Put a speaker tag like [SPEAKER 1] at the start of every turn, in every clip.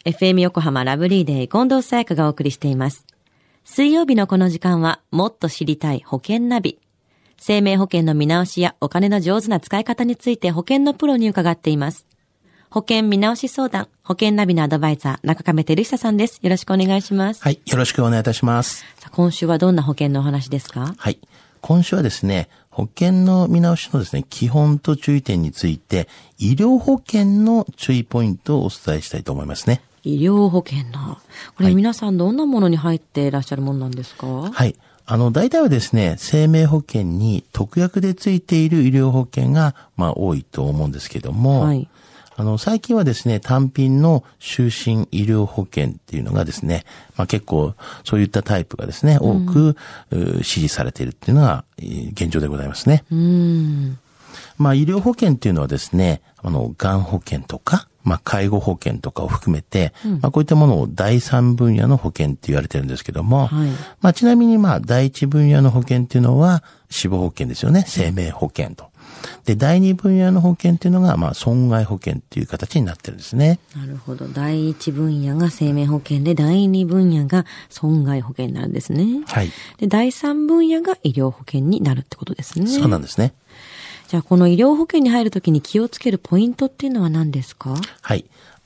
[SPEAKER 1] FM 横浜ラブリーデー近藤沙耶香がお送りしています。水曜日のこの時間はもっと知りたい保険ナビ。生命保険の見直しやお金の上手な使い方について保険のプロに伺っています。保険見直し相談、保険ナビのアドバイザー、中亀照久さんです。よろしくお願いします。
[SPEAKER 2] はい、よろしくお願いいたします。
[SPEAKER 1] さあ今週はどんな保険のお話ですか？
[SPEAKER 2] はい。今週はですね、保険の見直しのですね、基本と注意点について、医療保険の注意ポイントをお伝えしたいと思いますね。
[SPEAKER 1] 医療保険の。これ皆さんどんなものに入っていらっしゃるものなんですか？
[SPEAKER 2] はい。大体はですね、生命保険に特約でついている医療保険が、多いと思うんですけども、はい。最近はですね、単品の就寝医療保険っていうのがですね、結構そういったタイプがですね、多く支持されているっていうのが現状でございますね。医療保険っていうのはですね、がん保険とか、介護保険とかを含めて、こういったものを第三分野の保険って言われてるんですけども、はい。ちなみに第一分野の保険っていうのは死亡保険ですよね、生命保険と。で、第二分野の保険っていうのが、損害保険っていう形になってるんですね。
[SPEAKER 1] なるほど。第一分野が生命保険で、第二分野が損害保険になるんですね。はい。で、第三分野が医療保険になるってことですね。
[SPEAKER 2] そうなんですね。
[SPEAKER 1] じゃあ、この医療保険に入るときに気をつけるポイントっていうのは何ですか？
[SPEAKER 2] はい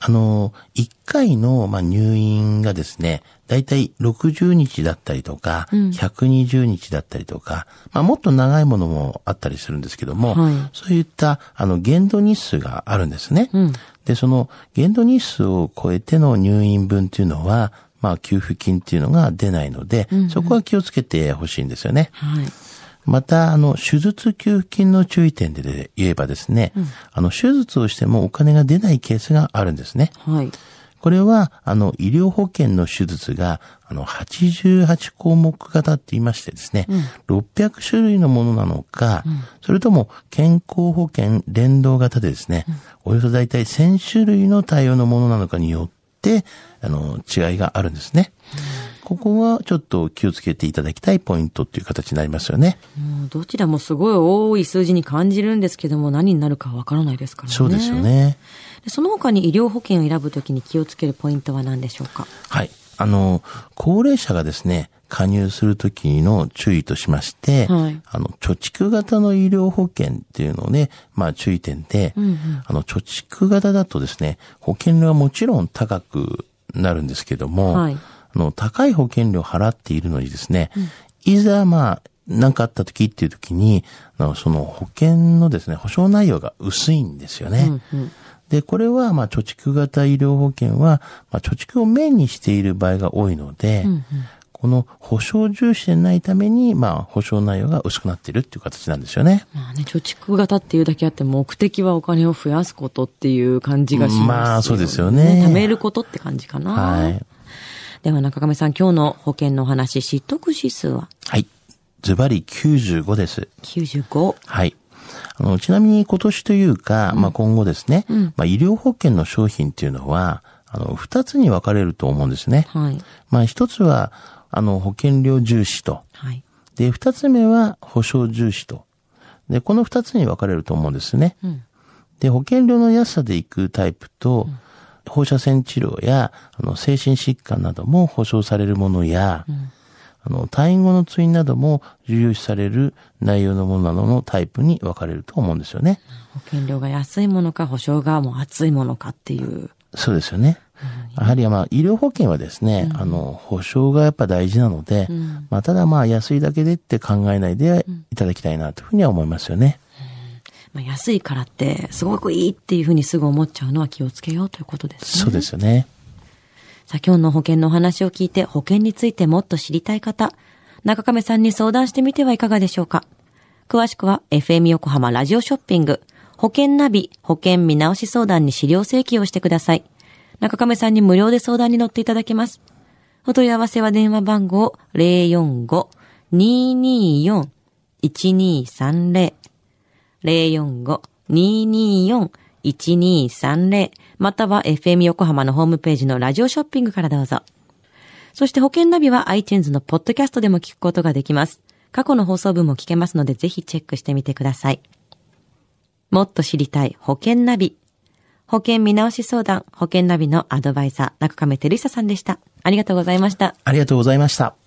[SPEAKER 2] 。1回の、入院がですね、だいたい60日だったりとか、120日だったりとか、もっと長いものもあったりするんですけども、はい、そういった、限度日数があるんですね。で、その限度日数を超えての入院分っていうのは、給付金っていうのが出ないので、そこは気をつけてほしいんですよね。はい。また、手術給付金の注意点で言えばですね、手術をしてもお金が出ないケースがあるんですね。はい。これは、医療保険の手術が、88項目型って言いましてですね、600種類のものなのか、それとも健康保険連動型でですね、およそだいたい1000種類の対応のものなのかによって、違いがあるんですね。ここはちょっと気をつけていただきたいポイントっていう形になりますよね。
[SPEAKER 1] どちらもすごい多い数字に感じるんですけども、何になるかわからないですからね。
[SPEAKER 2] そうですよね。
[SPEAKER 1] その他に医療保険を選ぶときに気をつけるポイントは何でしょうか？
[SPEAKER 2] はい。高齢者がですね、加入するときの注意としまして、はい、貯蓄型の医療保険っていうのをね、注意点で、貯蓄型だとですね、保険料はもちろん高くなるんですけども、はい、高い保険料を払っているのにですね、いざ何かあった時っていう時に、その保険のですね、保証内容が薄いんですよね。で、これは貯蓄型医療保険は、貯蓄をメインにしている場合が多いので、この保証重視でないために、保証内容が薄くなっているっていう形なんですよね。
[SPEAKER 1] 貯蓄型っていうだけあって目的はお金を増やすことっていう感じがしますよね。
[SPEAKER 2] そうですよね。
[SPEAKER 1] 貯めることって感じかな。はい。では中亀さん、今日の保険のお話、知得指数は？
[SPEAKER 2] はい。ズバリ95です。
[SPEAKER 1] 95。
[SPEAKER 2] はい。ちなみに今年というか、今後ですね、医療保険の商品っていうのは、二つに分かれると思うんですね。はい。一つは、保険料重視と。はい。で、二つ目は保証重視と。で、この二つに分かれると思うんですね。で、保険料の安さでいくタイプと、放射線治療や、精神疾患なども保証されるものや、退院後の通院なども重要視される内容のものなどのタイプに分かれると思うんですよね。
[SPEAKER 1] 保険料が安いものか、保証がもう厚いものかっていう。
[SPEAKER 2] そうですよね。やはり医療保険はですね、保証がやっぱ大事なので、ただ安いだけでって考えないでいただきたいなというふうには思いますよね。
[SPEAKER 1] 安いからってすごくいいっていうふうにすぐ思っちゃうのは気をつけようということですね。
[SPEAKER 2] そうですよね。
[SPEAKER 1] さあ今日の保険のお話を聞いて保険についてもっと知りたい方、中亀さんに相談してみてはいかがでしょうか。詳しくは FM 横浜ラジオショッピング保険ナビ保険見直し相談に資料請求をしてください。中亀さんに無料で相談に乗っていただけます。お問い合わせは電話番号 045-224-1230 045-224-1230または FM 横浜のホームページのラジオショッピングからどうぞ。そして保険ナビは iTunes のポッドキャストでも聞くことができます。過去の放送分も聞けますのでぜひチェックしてみてください。もっと知りたい保険ナビ。 保険見直し相談、保険ナビのアドバイザー、中亀照久さんでした。ありがとうございました。
[SPEAKER 2] ありがとうございました。